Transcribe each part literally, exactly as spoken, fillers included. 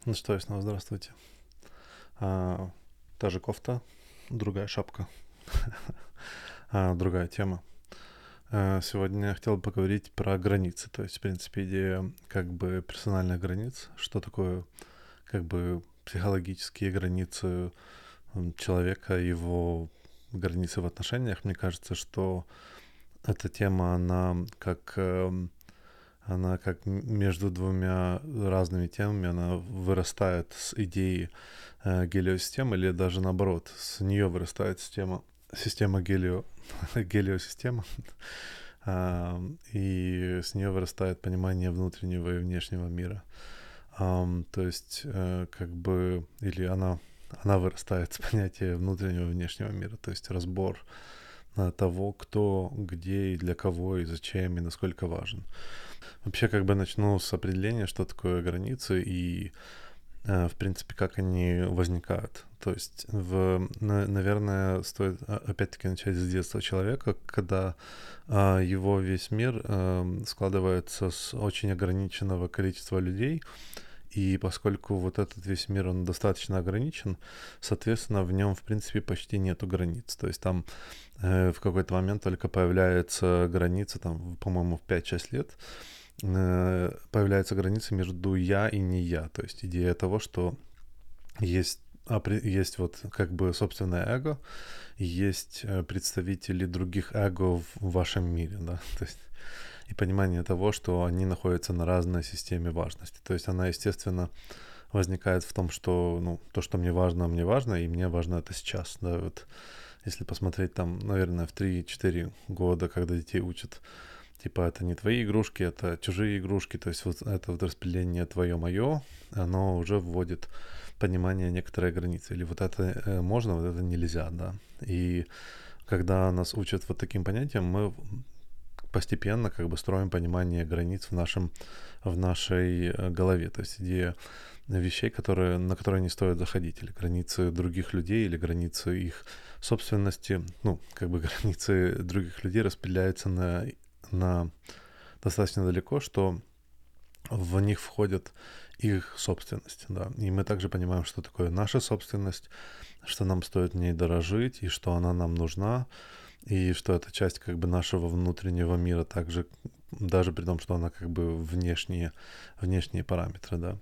Ну что, и снова здравствуйте. А, та же кофта, другая шапка, а, другая тема. А, сегодня я хотел бы поговорить про границы. То есть, в принципе, идея как бы персональных границ. Что такое как бы психологические границы м, человека, его границы в отношениях. Мне кажется, что эта тема, она как эм, она как м- между двумя разными темами, она вырастает с идеи э, гелиосистемы или даже наоборот, с нее вырастает система, система гелио, гелиосистема, а, и с нее вырастает понимание внутреннего и внешнего мира. Ам, то есть, э, как бы, или она, она вырастает с понятия внутреннего и внешнего мира, то есть разбор э, того, кто, где и для кого, и зачем, и насколько важен. Вообще, как бы начну с определения, что такое границы и, э, в принципе, как они возникают. То есть, в, на- наверное, стоит а, опять-таки начать с детства человека, когда а, его весь мир эм, складывается с очень ограниченного количества людей, и поскольку вот этот весь мир, он достаточно ограничен, соответственно, в нем, в принципе, почти нету границ. То есть там э, в какой-то момент только появляется граница, там, по-моему, в пять-шесть лет, э, появляется граница между я и не я. То есть идея того, что есть, апре- есть вот как бы собственное эго, и есть э, представители других эго в вашем мире, да, то есть и понимание того, что они находятся на разной системе важности. То есть она, естественно, возникает в том, что, ну, то, что мне важно, мне важно, и мне важно это сейчас, да, вот если посмотреть там, наверное, в три-четыре года, когда детей учат, типа, это не твои игрушки, это чужие игрушки. То есть вот это вот распределение твое-мое, оно уже вводит понимание некоторой границы. Или вот это э, можно, вот это нельзя, да. И когда нас учат вот таким понятиям, мы постепенно как бы строим понимание границ в нашем, в нашей э, голове. То есть идея вещей, которые, на которые не стоит заходить, или границы других людей, или границы их собственности, ну, как бы границы других людей распределяются на, на достаточно далеко, что в них входит их собственность, да. И мы также понимаем, что такое наша собственность, что нам стоит в ней дорожить, и что она нам нужна, и что это часть как бы нашего внутреннего мира также, даже при том, что она как бы внешние, внешние параметры, да.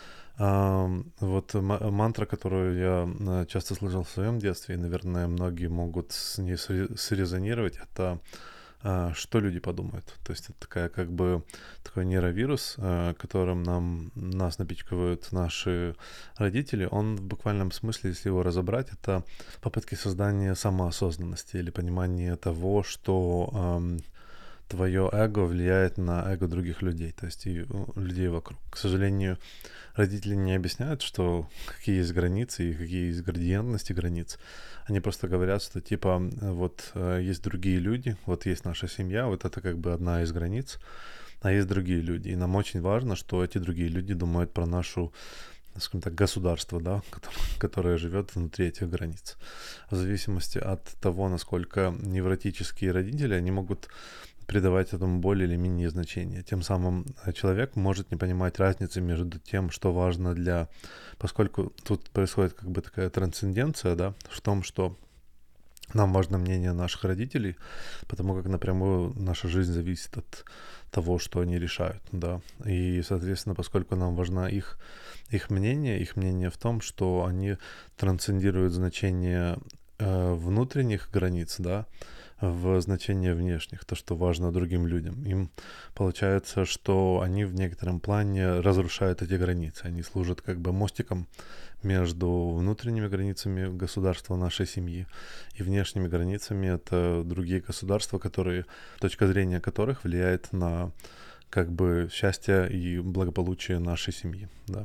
Ам, вот ма- мантра, которую я э, часто слышал в своем детстве, и, наверное, многие могут с ней сре- срезонировать, это а, что люди подумают. То есть это такая как бы такой нейровирус, а, которым нам, нас напичкивают наши родители. Он в буквальном смысле, если его разобрать, это попытки создания самоосознанности или понимания того, что ам, твое эго влияет на эго других людей, то есть и у людей вокруг. К сожалению, родители не объясняют, что какие есть границы и какие есть градиентности границ. Они просто говорят, что типа вот э, есть другие люди, вот есть наша семья, вот это как бы одна из границ, а есть другие люди. И нам очень важно, что эти другие люди думают про нашу, скажем так, государство, да, которое, которое живет внутри этих границ. В зависимости от того, насколько невротические родители, они могут придавать этому более или менее значение. Тем самым э, человек может не понимать разницы между тем, что важно для... Поскольку тут происходит как бы такая трансценденция, да, в том, что нам важно мнение наших родителей, потому как напрямую наша жизнь зависит от того, что они решают, да. И, соответственно, поскольку нам важна их, их мнение, их мнение в том, что они трансцендируют значение э, внутренних границ, да, в значение внешних, то, что важно другим людям. Им получается, что они в некотором плане разрушают эти границы. Они служат как бы мостиком между внутренними границами государства нашей семьи и внешними границами. Это другие государства, которые, точка зрения которых влияет на как бы счастье и благополучие нашей семьи, да.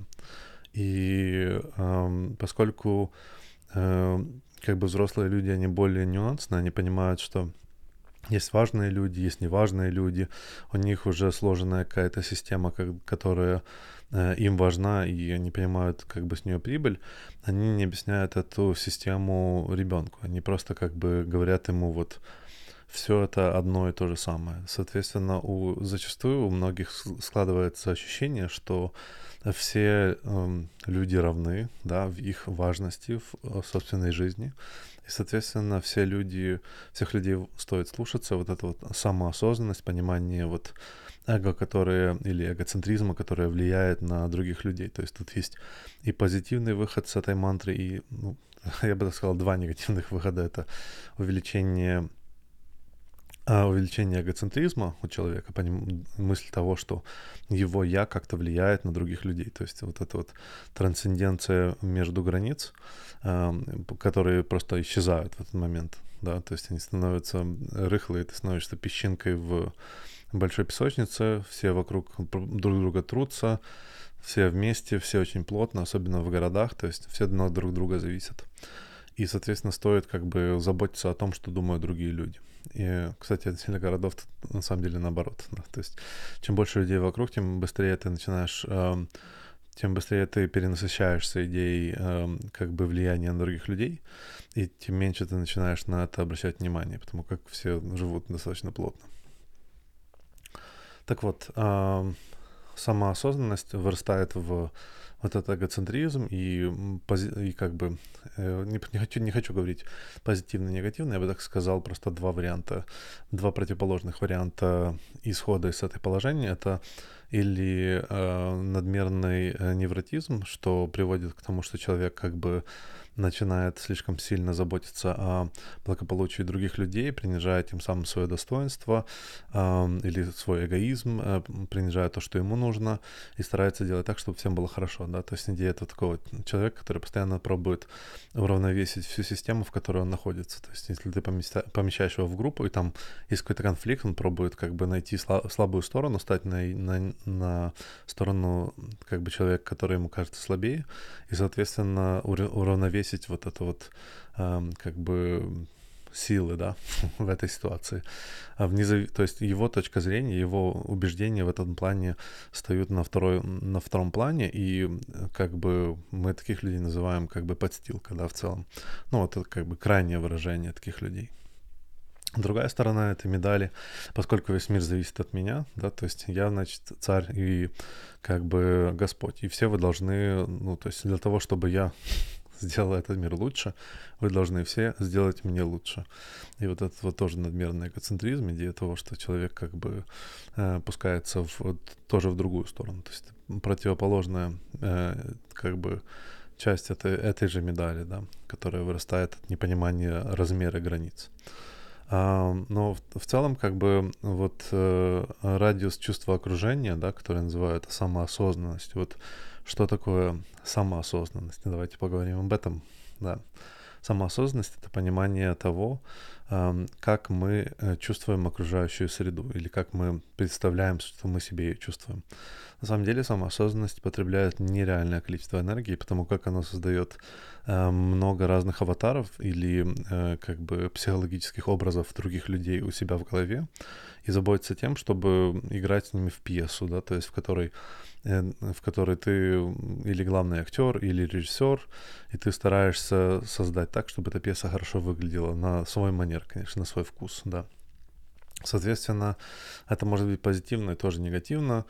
И эм, поскольку эм, как бы взрослые люди, они более нюансные, они понимают, что есть важные люди, есть неважные люди, у них уже сложенная какая-то система, как, которая э, им важна, и они понимают как бы с нее прибыль, они не объясняют эту систему ребенку, они просто как бы говорят ему вот все это одно и то же самое. Соответственно, у, зачастую у многих с- складывается ощущение, что все эм, люди равны, да, в их важности в э, собственной жизни. И, соответственно, все люди, всех людей стоит слушаться, вот эта вот самоосознанность, понимание вот эго, которое, или эгоцентризма, которое влияет на других людей. То есть тут есть и позитивный выход с этой мантры, и, ну, я бы так сказал, два негативных выхода. Это увеличение а, увеличение эгоцентризма у человека, поним- мысль того, что его я как-то влияет на других людей. То есть вот эта вот трансценденция между границ, ам, п- которые просто исчезают в этот момент. Да, то есть они становятся рыхлые, ты становишься песчинкой в большой песочнице, все вокруг пр- друг друга трутся, все вместе, все очень плотно, особенно в городах, то есть все одно от друг друга зависят. И, соответственно, стоит как бы заботиться о том, что думают другие люди. И, кстати, относительно городов тут на самом деле наоборот. Да. То есть чем больше людей вокруг, тем быстрее ты начинаешь, эм, тем быстрее ты перенасыщаешься идеей эм, как бы влияния на других людей, и тем меньше ты начинаешь на это обращать внимание, потому как все живут достаточно плотно. Так вот, эм, самоосознанность вырастает в вот этот эгоцентризм и, м, пози- и как бы э, не, не хочу не хочу говорить позитивно негативно, я бы так сказал просто два варианта, два противоположных варианта исхода из этой положения. Это или э, надмерный э, невротизм, что приводит к тому, что человек как бы начинает слишком сильно заботиться о благополучии других людей, принижая тем самым свое достоинство, ам, или свой эгоизм, э, принижая то, что ему нужно, и старается делать так, чтобы всем было хорошо, да, то есть идея это такого человека, который постоянно пробует уравновесить всю систему, в которой он находится, то есть если ты поместя- помещаешь его в группу, и там есть какой-то конфликт, он пробует как бы найти сла- слабую сторону, стать на, на, на сторону как бы человека, который ему кажется слабее, и, соответственно, ура- уравновесить вот это вот ам, как бы силы, да, в этой ситуации. А внизу, то есть его точка зрения, его убеждения в этом плане встают на, второй, на втором плане, и э, как бы мы таких людей называем как бы подстилка, да, в целом. Ну, вот это как бы крайнее выражение таких людей. Другая сторона этой медали, поскольку весь мир зависит от меня, да, то есть я, значит, царь и как бы Господь, и все вы должны, ну, то есть для того, чтобы я сделал этот мир лучше, вы должны все сделать мне лучше. И вот это вот тоже надмерный эгоцентризм, идея того, что человек как бы э, пускается в, вот, тоже в другую сторону. То есть противоположная э, как бы часть этой, этой же медали, да, которая вырастает от непонимания размера границ. А, но в, в целом, как бы, вот э, радиус чувства окружения, да, который называют самоосознанность, вот что такое самоосознанность? Давайте поговорим об этом, да. Самоосознанность — это понимание того, ам, как мы э, чувствуем окружающую среду или как мы представляем, что мы себе ее чувствуем. На самом деле самоосознанность потребляет нереальное количество энергии, потому как оно создает э, много разных аватаров или э, как бы психологических образов других людей у себя в голове и заботится тем, чтобы играть с ними в пьесу, да, то есть в которой э, в которой ты или главный актер, или режиссер, и ты стараешься создать так, чтобы эта пьеса хорошо выглядела на свой манер, конечно, на свой вкус, да. Соответственно, это может быть позитивно и тоже негативно,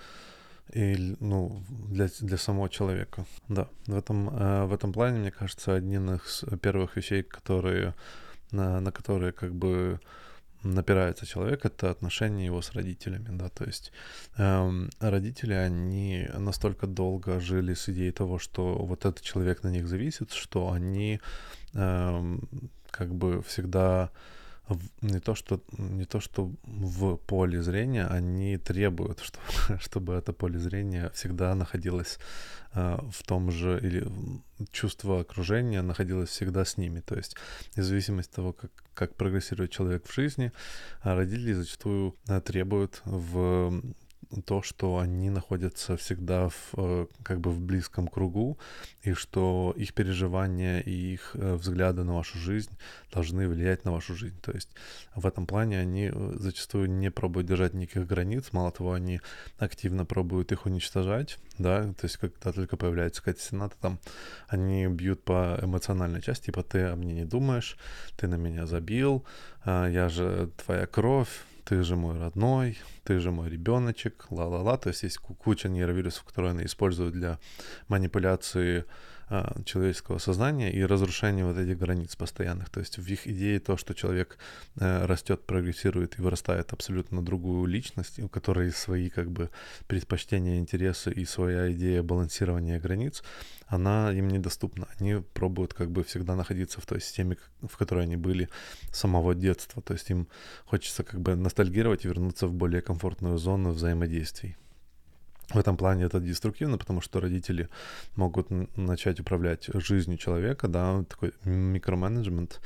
и, ну, для, для самого человека. Да, в этом, э, в этом плане, мне кажется, одним из первых вещей, которые, на, на которые как бы напирается человек, это отношения его с родителями, да, то есть эм, родители, они настолько долго жили с идеей того, что вот этот человек на них зависит, что они эм, как бы всегда в- не то, что, не то, что в поле зрения, они требуют, чтобы, чтобы это поле зрения всегда находилось э, в том же, или м, чувство окружения находилось всегда с ними. То есть, в зависимости от того, как, как прогрессирует человек в жизни, а родители зачастую э, требуют в то, что они находятся всегда в, э, как бы в близком кругу, и что их переживания и их э, взгляды на вашу жизнь должны влиять на вашу жизнь. То есть в этом плане они э, зачастую не пробуют держать никаких границ, мало того, они активно пробуют их уничтожать, да, то есть когда только появляется какая-то стена, то там они бьют по эмоциональной части, типа ты о мне не думаешь, ты на меня забил, а, я же твоя кровь, ты же мой родной, ты же мой ребеночек, ла-ла-ла. То есть есть куча нейровирусов, которые они используют для манипуляции а, человеческого сознания и разрушения вот этих границ постоянных. То есть в их идее то, что человек э, растет, прогрессирует и вырастает абсолютно на другую личность, у которой свои как бы предпочтения, интересы и своя идея балансирования границ, она им недоступна. Они пробуют как бы всегда находиться в той системе, в которой они были с самого детства. То есть им хочется как бы ностальгировать и вернуться в более комфортную зону взаимодействий. В этом плане это деструктивно, потому что родители могут н- начать управлять жизнью человека, да, такой микроменеджмент,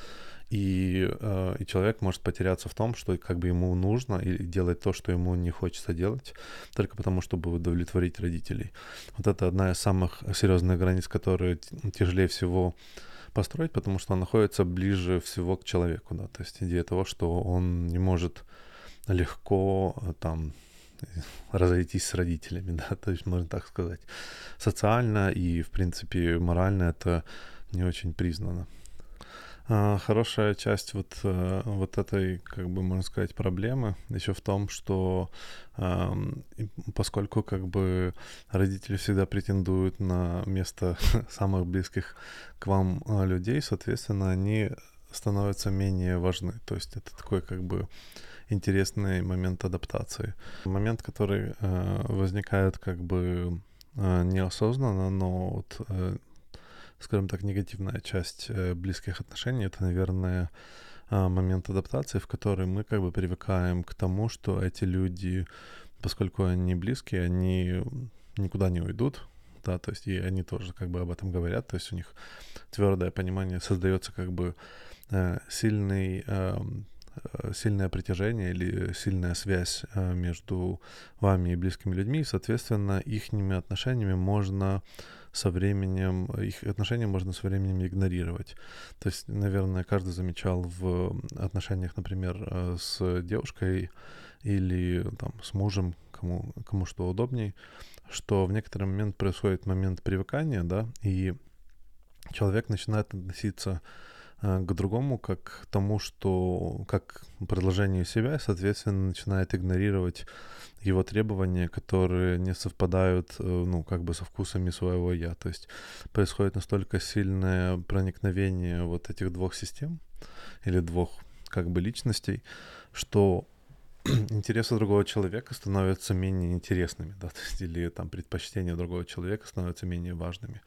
и, э, и человек может потеряться в том, что как бы ему нужно, и делать то, что ему не хочется делать, только потому, чтобы удовлетворить родителей. Вот это одна из самых серьезных границ, которые т- тяжелее всего построить, потому что она находится ближе всего к человеку, да, то есть идея того, что он не может легко э, там разойтись с родителями, да, то есть можно так сказать. Социально и, в принципе, морально это не очень признано. А, хорошая часть вот, э, вот этой, как бы, можно сказать, проблемы еще в том, что ам, и поскольку как бы родители всегда претендуют на место самых близких к вам а, людей, соответственно, они становятся менее важны. То есть это такой как бы интересный момент адаптации. Момент, который э, возникает как бы э, неосознанно, но вот, э, скажем так, негативная часть э, близких отношений, это, наверное, э, момент адаптации, в который мы как бы привыкаем к тому, что эти люди, поскольку они близкие, они никуда не уйдут, да, то есть и они тоже как бы об этом говорят, то есть у них твердое понимание создается как бы э, сильный эм, э, сильное притяжение или сильная связь э, между вами и близкими людьми, и, соответственно, ихними отношениями можно со временем, их отношения можно со временем игнорировать. То есть, наверное, каждый замечал в отношениях, например, э, с девушкой или там с мужем, кому, кому что удобней, что в некоторый момент происходит момент привыкания, да, и человек начинает относиться э, к другому как к тому, что как продолжение себя, и, соответственно, начинает игнорировать его требования, которые не совпадают, э, ну, как бы со вкусами своего я. То есть происходит настолько сильное проникновение вот этих двух систем или двух как бы личностей, что интересы другого человека становятся менее интересными, да, то есть, или там предпочтения другого человека становятся менее важными.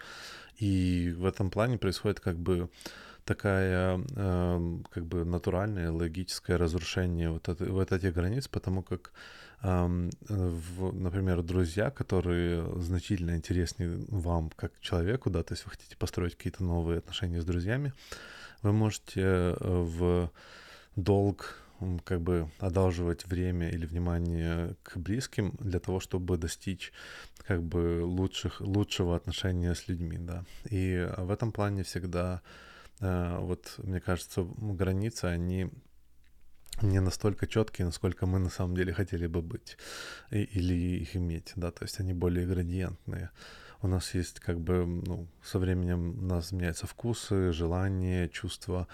И в этом плане происходит как бы такая эм, как бы натуральное логическое разрушение вот, это, вот этих границ, потому как, эм, в, например, друзья, которые значительно интереснее вам как человеку, да, то есть вы хотите построить какие-то новые отношения с друзьями, вы можете э, в долг м, как бы одалживать время или внимание к близким для того, чтобы достичь как бы лучших, лучшего отношения с людьми, да. И э, в этом плане всегда э, вот, мне кажется, м, границы, они не настолько четкие, насколько мы на самом деле хотели бы быть и- или их иметь, да, то есть они более градиентные. У нас есть как бы, ну, со временем у нас меняются вкусы, желания, чувства,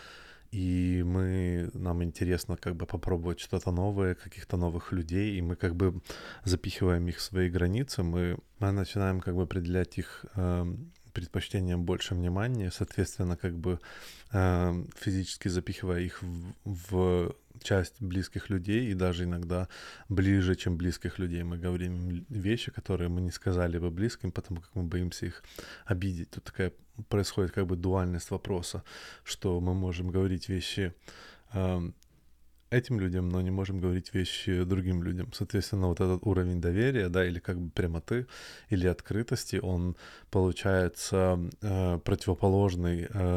и мы, нам интересно как бы попробовать что-то новое, каких-то новых людей, и мы как бы запихиваем их в свои границы, мы, мы начинаем как бы определять их эм, предпочтениям больше внимания, соответственно, как бы эм, физически запихивая их в, в часть близких людей и даже иногда ближе, чем близких людей. Мы говорим вещи, которые мы не сказали бы близким, потому как мы боимся их обидеть. Тут такая происходит как бы дуальность вопроса, что мы можем говорить вещи эм, этим людям, но не можем говорить вещи другим людям. Соответственно, вот этот уровень доверия, да, или как бы прямоты, или открытости, он получается э, противоположный э,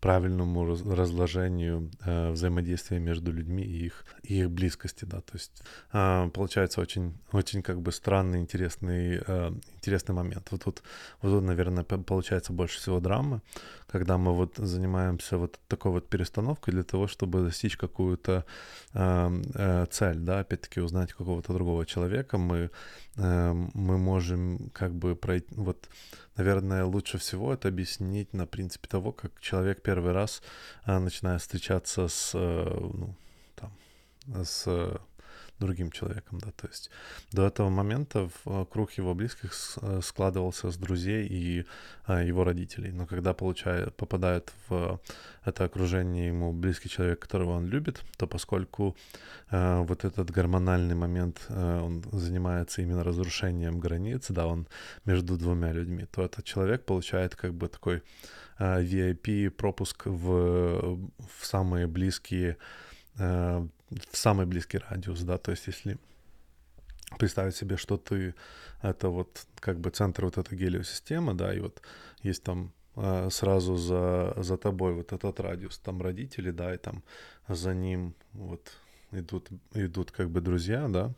правильному раз- разложению э, взаимодействия между людьми и их, и их близкости, да, то есть э, получается очень, очень как бы странный, интересный, э, интересный момент. Вот тут, вот тут, наверное, п- получается больше всего драмы, когда мы вот занимаемся вот такой вот перестановкой для того, чтобы достичь какую-то э, э, цель, да, опять-таки узнать какого-то другого человека, мы, э, мы можем как бы пройти, вот, наверное, лучше всего это объяснить на принципе того, как человек первый раз э, начинает встречаться с, э, ну, там, с э, другим человеком, да, то есть до этого момента в э, круг его близких с- э, складывался с друзей и э, его родителей, но когда получает, попадает в это окружение ему близкий человек, которого он любит, то поскольку э, вот этот гормональный момент, э, он занимается именно разрушением границ, да, он между двумя людьми, то этот человек получает как бы такой э, ви ай пи-пропуск в, в самые близкие э, в самый близкий радиус, да, то есть если представить себе, что ты это вот как бы центр вот этой гелиосистемы, да, и вот есть там э, сразу за, за тобой вот этот радиус, там родители, да, и там за ним вот идут, идут как бы друзья, да,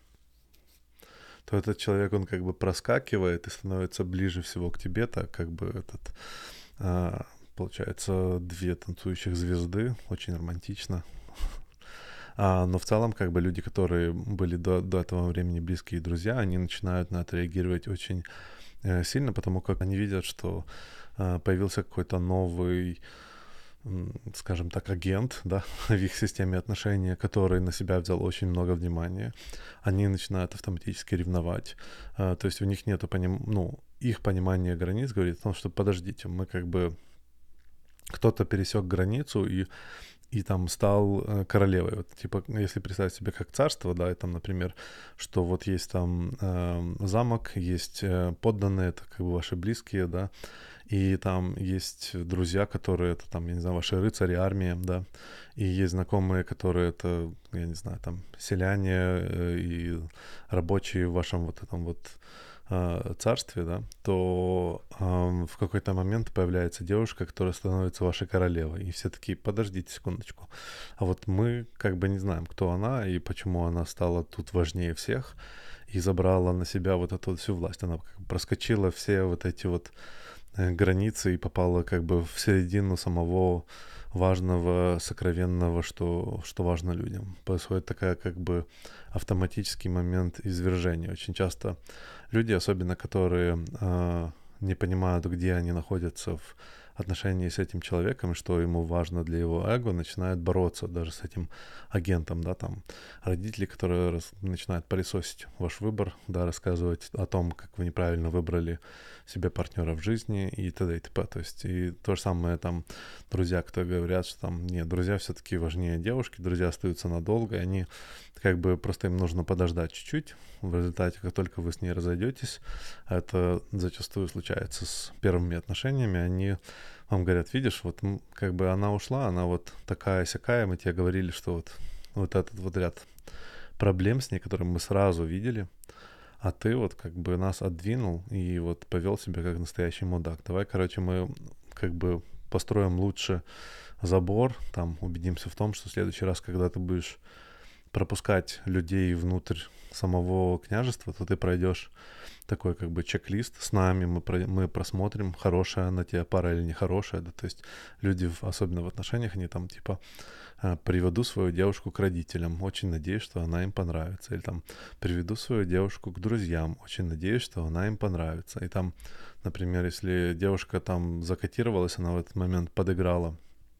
то этот человек, он как бы проскакивает и становится ближе всего к тебе, так как бы этот, а, получается, две танцующих звезды, очень романтично. А, но в целом, как бы люди, которые были до, до этого времени близкие друзья, они начинают на это реагировать очень э, сильно, потому как они видят, что э, появился какой-то новый, м, скажем так, агент, да, в их системе отношений, который на себя взял очень много внимания. Они начинают автоматически ревновать. Э, то есть у них нету поним... ну, их понимание границ говорит о том, что подождите, мы как бы кто-то пересек границу и и там стал э, королевой. Вот, типа, если представить себе как царство, да, и там, например, что вот есть там э, замок, есть э, подданные, это как бы ваши близкие, да, и там есть друзья, которые это там, я не знаю, ваши рыцари, армия, да, и есть знакомые, которые это, я не знаю, там, селяне э, и рабочие в вашем вот этом вот э, царстве, да, то эм, в какой-то момент появляется девушка, которая становится вашей королевой. И все такие, подождите секундочку. А вот мы как бы не знаем, кто она и почему она стала тут важнее всех и забрала на себя вот эту вот всю власть. Она как бы проскочила все вот эти вот э, границы и попала как бы в середину самого важного, сокровенного, что, что важно людям. Происходит такая как бы автоматический момент извержения. Очень часто люди, особенно которые э, не понимают, где они находятся в отношении с этим человеком, и что ему важно для его эго, начинают бороться даже с этим агентом, да, там родители, которые раз, начинают пылесосить ваш выбор, да, рассказывать о том, как вы неправильно выбрали себе партнера в жизни и т.д. и т.п. То есть и то же самое там друзья, кто говорят, что там нет, друзья все-таки важнее девушки, друзья остаются надолго, и они как бы просто им нужно подождать чуть-чуть. В результате, как только вы с ней разойдетесь, это зачастую случается с первыми отношениями, они вам говорят, видишь, вот м, как бы она ушла, она вот такая-сякая, мы тебе говорили, что вот, вот этот вот ряд проблем с ней, которые мы сразу видели, а ты вот как бы нас отдвинул и вот повел себя как настоящий мудак. Давай, короче, мы как бы построим лучше забор, там убедимся в том, что в следующий раз, когда ты будешь пропускать людей внутрь самого княжества, то ты пройдешь такой как бы чек-лист с нами, мы, про, мы просмотрим, хорошая она тебе пара или нехорошая, да, то есть люди, в, особенно в отношениях, они там типа э, приведу свою девушку к родителям, очень надеюсь, что она им понравится, или там приведу свою девушку к друзьям, очень надеюсь, что она им понравится, и там, например, если девушка там закотировалась, она в этот момент подыграла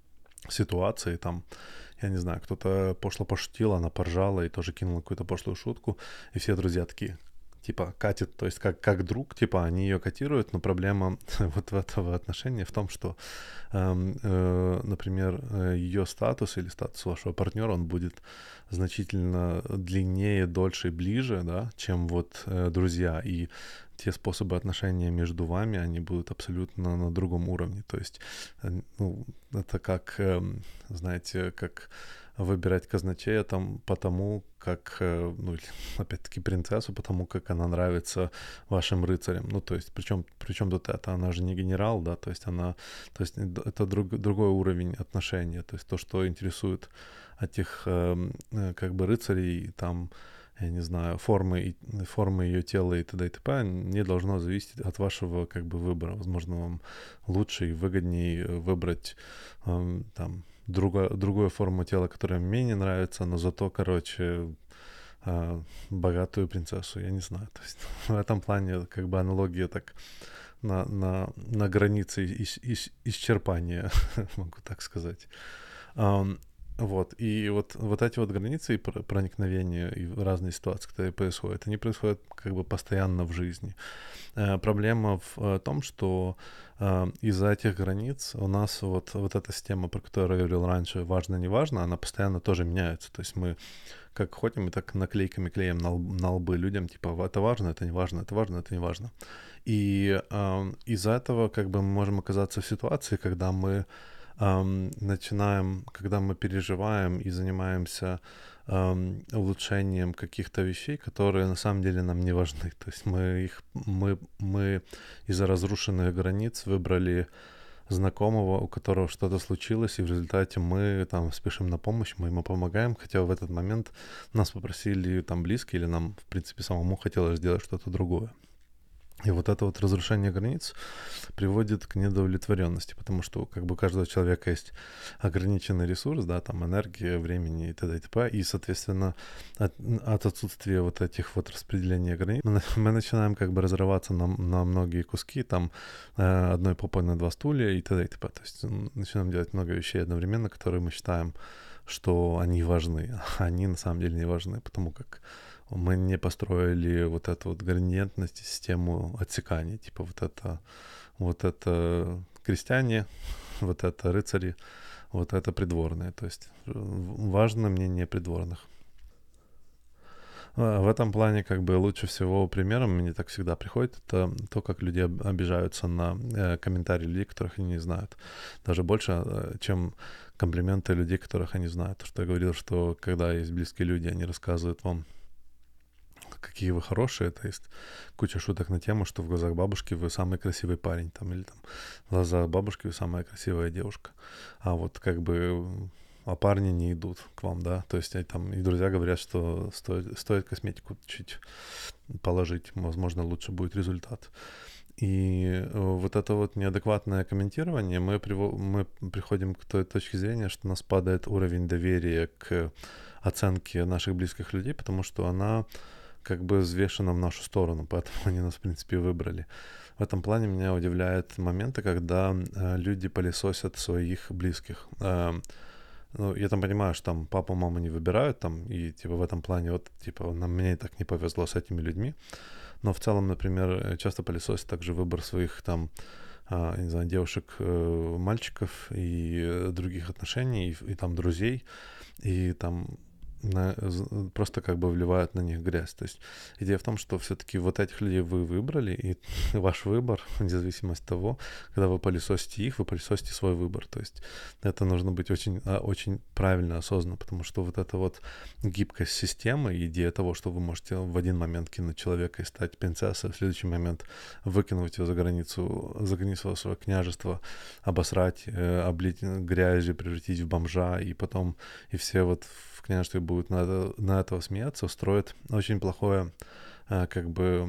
ситуации, там, я не знаю, кто-то пошло пошутил, она поржала и тоже кинула какую-то пошлую шутку, и все друзья такие, типа, катит, то есть как, как друг, типа, они ее котируют, но проблема вот в этого отношения в том, что, эм, э, например, э, ее статус или статус вашего партнера, он будет значительно длиннее, дольше и ближе, да, чем вот э, друзья, и те способы отношения между вами, они будут абсолютно на другом уровне, то есть, э, ну, это как, э, знаете, как выбирать казначея там потому, как, э, ну, или, опять-таки, принцессу, потому как она нравится вашим рыцарям. Ну, то есть, причем, причем тут это, она же не генерал, да, то есть она, то есть это друг, другой уровень отношения, то есть то, что интересует этих, э, э, как бы, рыцарей, там, я не знаю, формы, и- формы ее тела и т.д. и т.п. не должно зависеть от вашего, как бы, выбора. Возможно, вам лучше и выгоднее выбрать, эм, там, другое, другую форму тела, которая мне не нравится, но зато, короче, э, богатую принцессу, я не знаю. То есть в этом плане, как бы, аналогия так на, на, на границе ис- ис- исчерпания, могу так сказать. Ам, вот, и вот, вот эти вот границы и пр- проникновения и в разные ситуации, которые происходят, они происходят как бы постоянно в жизни. Э, проблема в э, том, что э, из-за этих границ у нас вот, вот эта система, про которую я говорил раньше, важно, не важно, она постоянно тоже меняется. То есть мы как ходим и так наклейками клеим на, лб- на лбы людям, типа, это важно, это не важно, это важно, это не важно. И э, из-за этого как бы мы можем оказаться в ситуации, когда мы ам, начинаем, когда мы переживаем и занимаемся ам, улучшением каких-то вещей, которые на самом деле нам не важны. То есть мы их, мы, мы из-за разрушенных границ выбрали знакомого, у которого что-то случилось, и в результате мы там спешим на помощь, мы ему помогаем, хотя в этот момент нас попросили там близкие, или нам, в принципе, самому хотелось сделать что-то другое. И вот это вот разрушение границ приводит к недовлетворенности, потому что как бы у каждого человека есть ограниченный ресурс, да, там энергия, времени и т.д. и т.п. И, соответственно, от, от отсутствия вот этих вот распределения границ мы, на- мы начинаем как бы разрываться на, на многие куски, там э, одной попой на два стулья и т.д. и т.п. То есть м, начинаем делать много вещей одновременно, которые мы считаем, что они важны, а они на самом деле не важны, потому как мы не построили вот эту вот градиентность, систему отсекания, типа вот это, вот это крестьяне, вот это рыцари, вот это придворные. То есть э, важно мнение придворных. А, В этом плане как бы лучше всего примером мне так всегда приходит это то, как люди об- обижаются на э, комментарии людей, которых они не знают. Даже больше, э, чем комплименты людей, которых они знают. То, что я говорил, что когда есть близкие люди, они рассказывают вам, какие вы хорошие, то есть куча шуток на тему, что в глазах бабушки вы самый красивый парень, там, или там в глазах бабушки вы самая красивая девушка. А вот как бы м, а парни не идут к вам, да, то есть и, там и друзья говорят, что стоит, стоит косметику чуть положить, возможно, лучше будет результат. И э, вот это вот неадекватное комментирование, мы, приво- мы приходим к той точке зрения, что у нас падает уровень доверия к оценке наших близких людей, потому что она как бы взвешена в нашу сторону, поэтому они нас, в принципе, выбрали. В этом плане меня удивляют моменты, когда э, люди пылесосят своих близких. Э, ну, я там понимаю, что там папу, маму не выбирают, там, и, типа, в этом плане, вот, типа, нам, мне и так не повезло с этими людьми, но в целом, например, э, часто пылесосят также выбор своих, там, а, не знаю, девушек, э, мальчиков и э, других отношений, и, и там друзей, и там на- з- просто как бы вливают на них грязь. То есть идея в том, что все-таки вот этих людей вы выбрали, и ваш выбор, вне зависимости от того, когда вы пылесосите их, вы пылесосите свой выбор. То есть это нужно быть очень, а, очень правильно, осознанно, потому что вот эта вот гибкость системы, идея того, что вы можете в один момент кинуть человека и стать принцессой, а в следующий момент выкинуть его за границу, за границу вашего княжества, обосрать, э, облить грязью, превратить в бомжа, и потом и все вот в княжестве будут на, это, на этого смеяться, устроят очень плохое, а, как бы,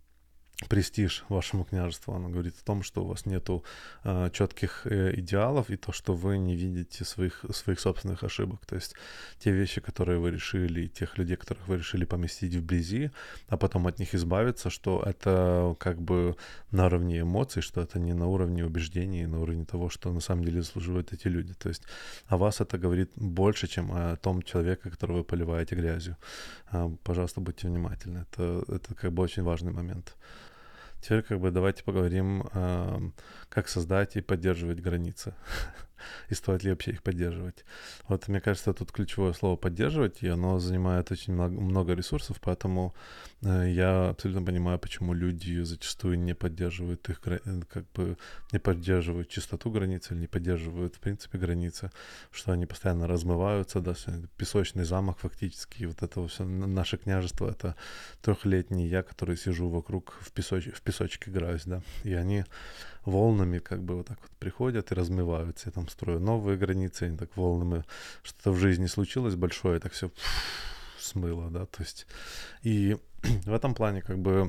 престиж вашему княжеству. Оно говорит о том, что у вас нету э, четких э, идеалов и то, что вы не видите своих, своих собственных ошибок. То есть те вещи, которые вы решили, и тех людей, которых вы решили поместить вблизи, а потом от них избавиться, что это как бы на уровне эмоций, что это не на уровне убеждений, на уровне того, что на самом деле заслуживают эти люди. То есть о вас это говорит больше, чем о том человеке, которого вы поливаете грязью. А, пожалуйста, будьте внимательны. Это, это как бы очень важный момент. Теперь как бы давайте поговорим, ам, как создать и поддерживать границы. и стоит ли вообще их поддерживать. Вот мне кажется, тут ключевое слово «поддерживать», и оно занимает очень много, много ресурсов, поэтому э, я абсолютно понимаю, почему люди зачастую не поддерживают их, гра- э, как бы не поддерживают чистоту границ или не поддерживают, в принципе, границы, что они постоянно размываются, да, всё, песочный замок фактически, и вот это все, наше княжество — это трехлетний я, который сижу вокруг в, песоч, в песочек играюсь, да, и они волнами как бы вот так вот приходят и размываются. Я там строю новые границы, они так волнами, что-то в жизни случилось большое, так все смыло, да, то есть. И в этом плане как бы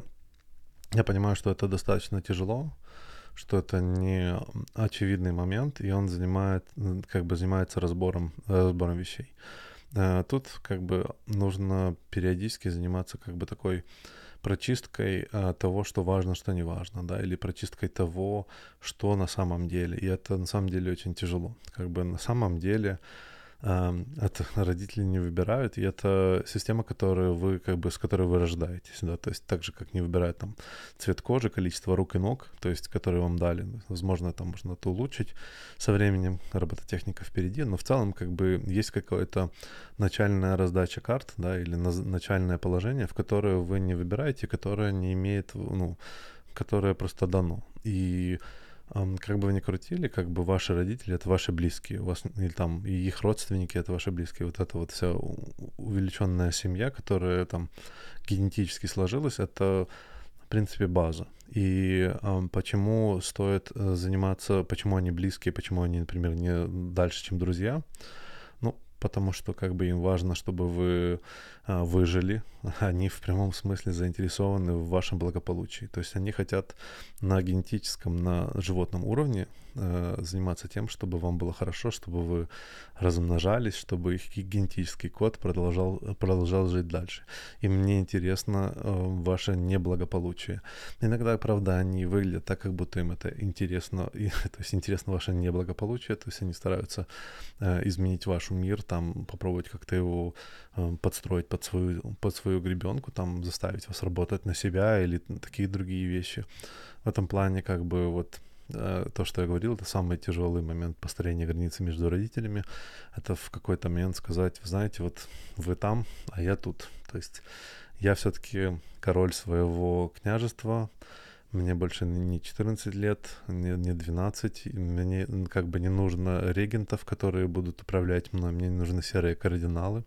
я понимаю, что это достаточно тяжело, что это не очевидный момент, и он занимает, как бы занимается разбором, разбором вещей. Э, Тут как бы нужно периодически заниматься как бы такой прочисткой а, того, что важно, что не важно, да, или прочисткой того, что на самом деле. И это на самом деле очень тяжело. Как бы на самом деле а, это родители не выбирают, и это система, которую вы, как бы, с которой вы рождаетесь, да, то есть так же, как не выбирают там цвет кожи, количество рук и ног, то есть, которые вам дали. Возможно, там можно это улучшить со временем, робототехника впереди, но в целом, как бы, есть какое-то начальная раздача карт, да, или наз- начальное положение, в которое вы не выбираете, которое не имеет, ну, которое просто дано. И ам, как бы вы ни крутили, как бы ваши родители — это ваши близкие, у вас, или там и их родственники — это ваши близкие. Вот эта вот вся у- увеличенная семья, которая там генетически сложилась, это, в принципе, база. И ам, почему стоит э, заниматься, почему они близкие, почему они, например, не дальше, чем друзья? Ну, потому что как бы им важно, чтобы вы а, выжили. Они в прямом смысле заинтересованы в вашем благополучии. То есть они хотят на генетическом, на животном уровне э, заниматься тем, чтобы вам было хорошо, чтобы вы размножались, чтобы их генетический код продолжал, продолжал жить дальше. И мне интересно э, ваше неблагополучие. Иногда, правда, они выглядят так, как будто им это интересно, и, то есть интересно ваше неблагополучие, то есть они стараются э, изменить ваш мир, там попробовать как-то его э, подстроить под свою, под свою гребенку, там заставить вас работать на себя или такие другие вещи. В этом плане как бы вот э, то, что я говорил, это самый тяжелый момент построения границы между родителями. Это в какой-то момент сказать: вы знаете, вот вы там, а я тут. То есть я все-таки король своего княжества, мне больше не четырнадцать лет, не, не двенадцать. И мне как бы не нужно регентов, которые будут управлять мной. Мне не нужны серые кардиналы.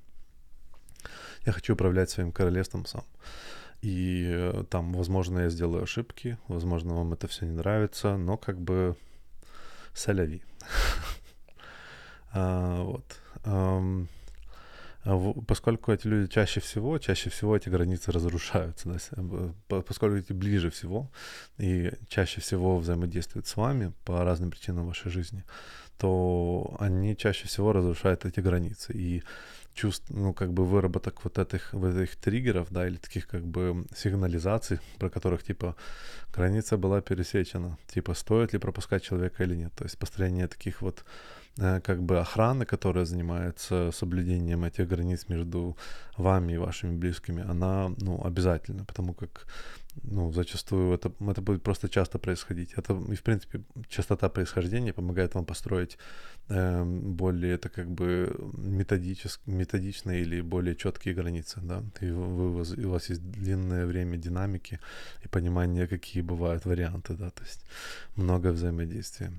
Я хочу управлять своим королевством сам. И э, там, возможно, я сделаю ошибки, возможно, вам это все не нравится, но как бы соляви. А, вот. Ам, а в- Поскольку эти люди чаще всего, чаще всего эти границы разрушаются, да, с- э, по- поскольку эти ближе всего и чаще всего взаимодействуют с вами по разным причинам вашей жизни, то они чаще всего разрушают эти границы. И чувств, ну, как бы выработок вот этих, вот этих триггеров, да, или таких как бы сигнализаций, про которых, типа, граница была пересечена, типа, стоит ли пропускать человека или нет. То есть построение таких вот э, как бы охраны, которая занимается соблюдением этих границ между вами и вашими близкими, она, ну, обязательна, потому как, ну, зачастую это, это будет просто часто происходить. Это, и, в принципе, частота происхождения помогает вам построить э, более, это как бы методичес, методичные или более четкие границы, да, и вы, вы- у вас есть длинное время динамики и понимание, какие бывают варианты, да, то есть много взаимодействия.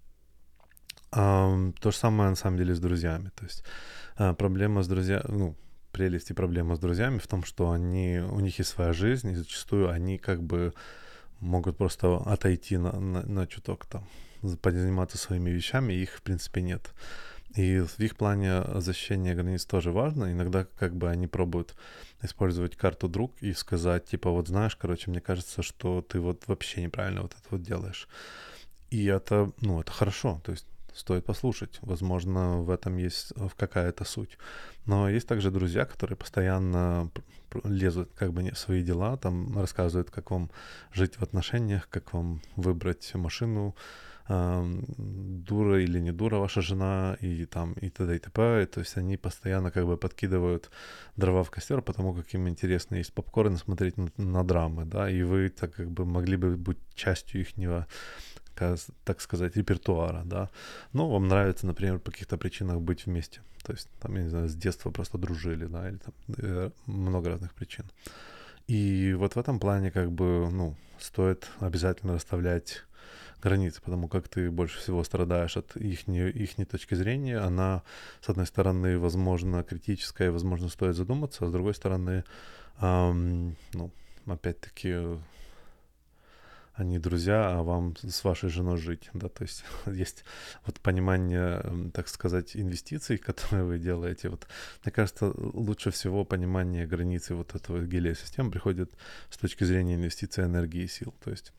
Ам, то же самое на самом деле с друзьями. То есть а, проблема с друзьями, ну, прелесть и проблема с друзьями в том, что они, у них есть своя жизнь, и зачастую они как бы могут просто отойти на, на, на чуток там, за- позаниматься своими вещами, и их в принципе нет. И в их плане защищение границ тоже важно. Иногда как бы они пробуют использовать карту друг и сказать, типа, вот знаешь, короче, мне кажется, что ты вот вообще неправильно вот это вот делаешь. И это, ну, это хорошо, то есть стоит послушать. Возможно, в этом есть э, какая-то суть. Но есть также друзья, которые постоянно пр- пр- лезут как бы не в свои дела, там рассказывают, как вам жить в отношениях, как вам выбрать машину, ам, дура или не дура ваша жена, и там и т.д. и т.п. И то есть они постоянно как бы подкидывают дрова в костер, потому как им интересно есть попкорн и смотреть на, на драмы, да, и вы так как бы могли бы быть частью ихнего так сказать, репертуара, да. Но вам нравится, например, по каких-то причинах быть вместе. То есть, там, я не знаю, с детства просто дружили, да, или там э, много разных причин. И вот в этом плане, как бы, ну, стоит обязательно расставлять границы, потому как ты больше всего страдаешь от их, их точки зрения. Она, с одной стороны, возможно, критическая, возможно, стоит задуматься, а с другой стороны, эм, ну, опять-таки, они друзья, а вам с вашей женой жить, да, то есть есть вот понимание, так сказать, инвестиций, которые вы делаете. Вот, мне кажется, лучше всего понимание границы вот этого гелиосистемы приходит с точки зрения инвестиций энергии и сил, то есть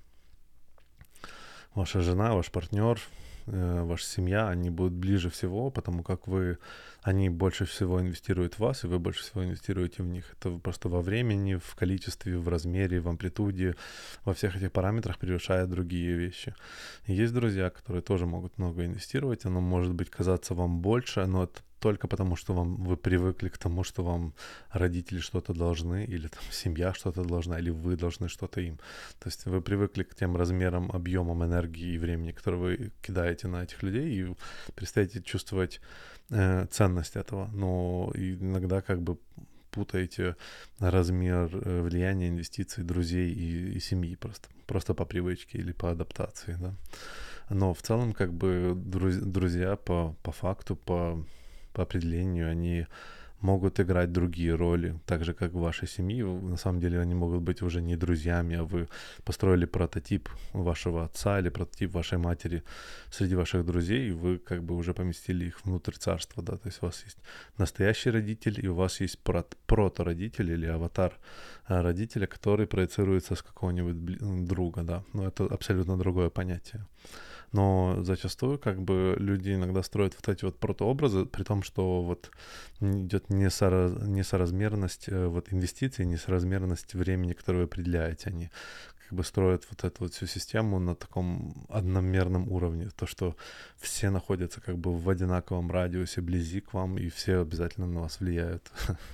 ваша жена, ваш партнер, э, ваша семья, они будут ближе всего, потому как вы, они больше всего инвестируют в вас, и вы больше всего инвестируете в них. Это просто во времени, в количестве, в размере, в амплитуде, во всех этих параметрах превышает другие вещи. И есть друзья, которые тоже могут много инвестировать, оно может быть казаться вам больше, но это только потому, что вам, вы привыкли к тому, что вам родители что-то должны, или там семья что-то должна, или вы должны что-то им. То есть вы привыкли к тем размерам, объемам энергии и времени, которые вы кидаете на этих людей, и перестаете чувствовать э, ценность этого. Но иногда как бы путаете размер э, влияния, инвестиций, друзей и, и семьи просто, просто по привычке или по адаптации, да. Но в целом как бы друз- друзья по, по факту, по по определению, они могут играть другие роли, так же, как в вашей семье. На самом деле они могут быть уже не друзьями, а вы построили прототип вашего отца или прототип вашей матери среди ваших друзей, и вы как бы уже поместили их внутрь царства, да, то есть у вас есть настоящий родитель, и у вас есть прот- прото-родитель или аватар родителя, который проецируется с какого-нибудь друга, да, но это абсолютно другое понятие. Но зачастую как бы люди иногда строят вот эти вот протообразы, при том, что вот идет несораз... несоразмерность э, вот инвестиций, несоразмерность времени, которое вы определяете. Они как бы строят вот эту вот всю систему на таком одномерном уровне. То, что все находятся как бы в одинаковом радиусе, близи к вам, и все обязательно на вас влияют.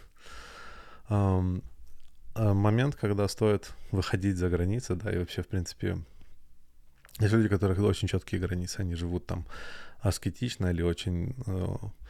Момент, когда стоит выходить за границы, да, и вообще, в принципе, есть люди, у которых очень четкие границы, они живут там аскетично или очень э,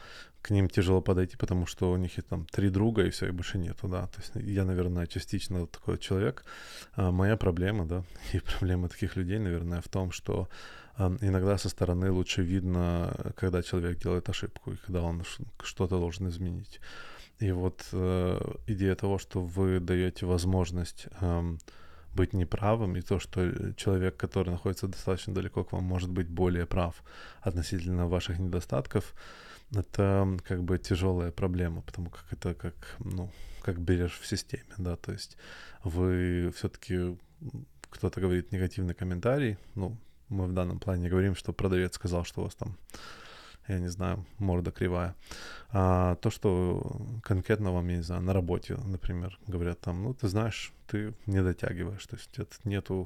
к ним тяжело подойти, потому что у них есть там три друга и все, и больше нету, да. То есть я, наверное, частично вот такой человек. А моя проблема, да, и проблема таких людей, наверное, в том, что э, иногда со стороны лучше видно, когда человек делает ошибку и когда он что-то должен изменить. И вот э, идея того, что вы даете возможность э, быть неправым, и то, что человек, который находится достаточно далеко к вам, может быть более прав относительно ваших недостатков, это как бы тяжелая проблема, потому как это как, ну, как берешь в системе, да, то есть вы все-таки, кто-то говорит негативный комментарий, ну, мы в данном плане говорим, что продавец сказал, что у вас там, я не знаю, морда кривая. А то, что конкретно вам, я не знаю, на работе, например, говорят там, ну, ты знаешь, ты не дотягиваешь, то есть это нету,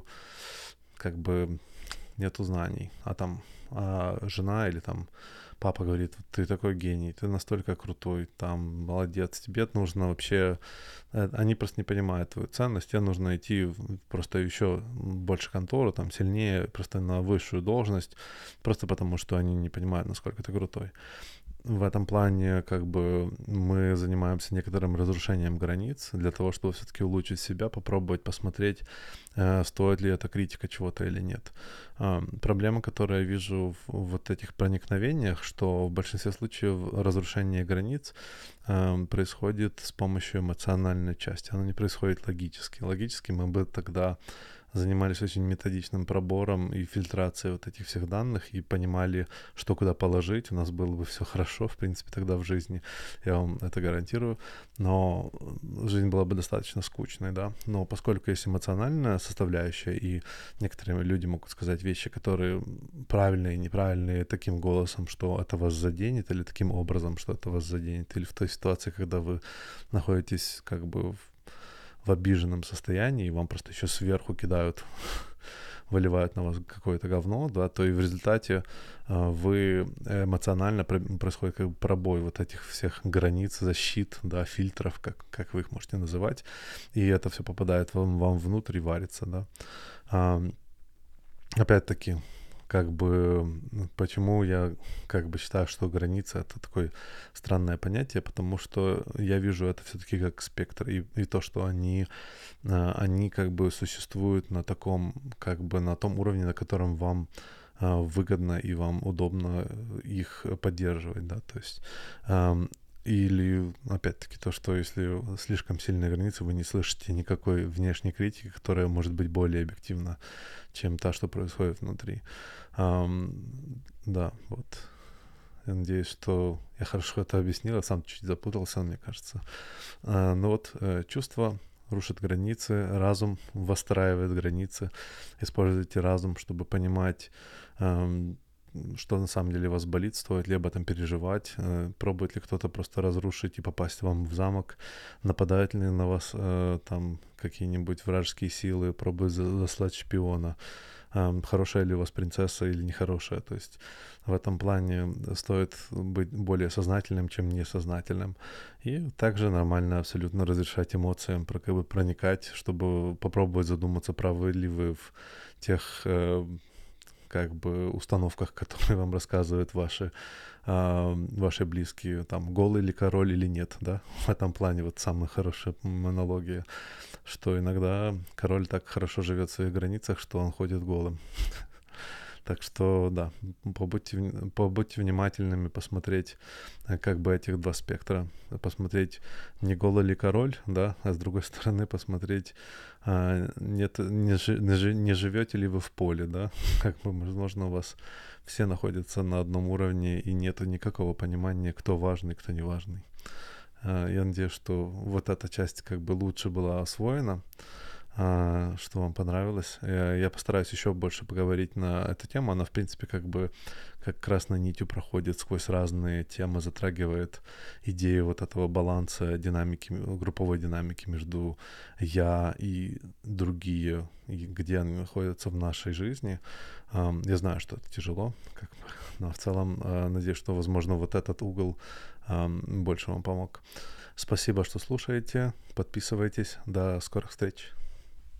как бы, нету знаний. А там а жена или там папа говорит, ты такой гений, ты настолько крутой, там, молодец, тебе нужно вообще... Они просто не понимают твою ценность, тебе нужно идти просто еще больше контору, там, сильнее, просто на высшую должность, просто потому что они не понимают, насколько ты крутой. В этом плане как бы мы занимаемся некоторым разрушением границ для того, чтобы все-таки улучшить себя, попробовать посмотреть, э, стоит ли эта критика чего-то или нет. Э, проблема, которую я вижу в, в вот этих проникновениях, что в большинстве случаев разрушение границ э, происходит с помощью эмоциональной части. Оно не происходит логически. Логически мы бы тогда занимались очень методичным пробором и фильтрацией вот этих всех данных и понимали, что куда положить. У нас было бы все хорошо, в принципе, тогда в жизни, я вам это гарантирую. Но жизнь была бы достаточно скучной, да. Но поскольку есть эмоциональная составляющая, и некоторые люди могут сказать вещи, которые правильные и неправильные таким голосом, что это вас заденет, или таким образом, что это вас заденет, или в той ситуации, когда вы находитесь как бы в в обиженном состоянии, и вам просто еще сверху кидают, выливают на вас какое-то говно, да, то и в результате э, вы эмоционально про- происходит как бы пробой вот этих всех границ, защит, да, фильтров, как, как вы их можете называть, и это все попадает вам, вам внутрь и варится, да. А, опять-таки, как бы, м, почему я как бы считаю, что граница — это такое странное понятие, потому что я вижу это все-таки как спектр, и, и то, что они, а, они как бы существуют на таком, как бы на том уровне, на котором вам а, выгодно и вам удобно э, их поддерживать, да, то есть ам, или, опять-таки, то, что если слишком сильные границы, вы не слышите никакой внешней критики, которая может быть более объективна, чем та, что происходит внутри. Ам, да, вот. Я надеюсь, что я хорошо это объяснил, я сам чуть запутался, мне кажется. А, ну вот, э, чувства рушат границы, разум выстраивает границы. Используйте разум, чтобы понимать, ам, что на самом деле вас болит, стоит ли об этом переживать, э, пробует ли кто-то просто разрушить и попасть вам в замок, нападают ли на вас э, там какие-нибудь вражеские силы, пробуют за- заслать шпиона, эм, хорошая ли у вас принцесса или нехорошая. То есть в этом плане стоит быть более сознательным, чем несознательным. И также нормально абсолютно разрешать эмоциям, про- как бы проникать, чтобы попробовать задуматься, правы ли вы в тех э, как бы установках, которые вам рассказывают ваши, а, ваши близкие, там, голый ли король или нет, да, в этом плане вот самая хорошая монология, что иногда король так хорошо живет в своих границах, что он ходит голым. Так что, да, побудьте, вн- побудьте внимательными, посмотреть э, как бы этих два спектра. Посмотреть, не голый ли король, да, а с другой стороны посмотреть, а, нет, не, жи- не, жи- не живете ли вы в поле, да, как бы, возможно, у вас все находятся на одном уровне и нету никакого понимания, кто важный, кто не важный. А, Я надеюсь, что вот эта часть как бы лучше была освоена, а, что вам понравилось. Я, я постараюсь еще больше поговорить на эту тему. Она, в принципе, как бы как красной нитью проходит сквозь разные темы, затрагивает идею вот этого баланса динамики, м, групповой динамики между я и другие, и где они находятся в нашей жизни. Ам, Я знаю, что это тяжело, как бы, но в целом а, надеюсь, что, возможно, вот этот угол ам, больше вам помог. Спасибо, что слушаете. Подписывайтесь. До скорых встреч.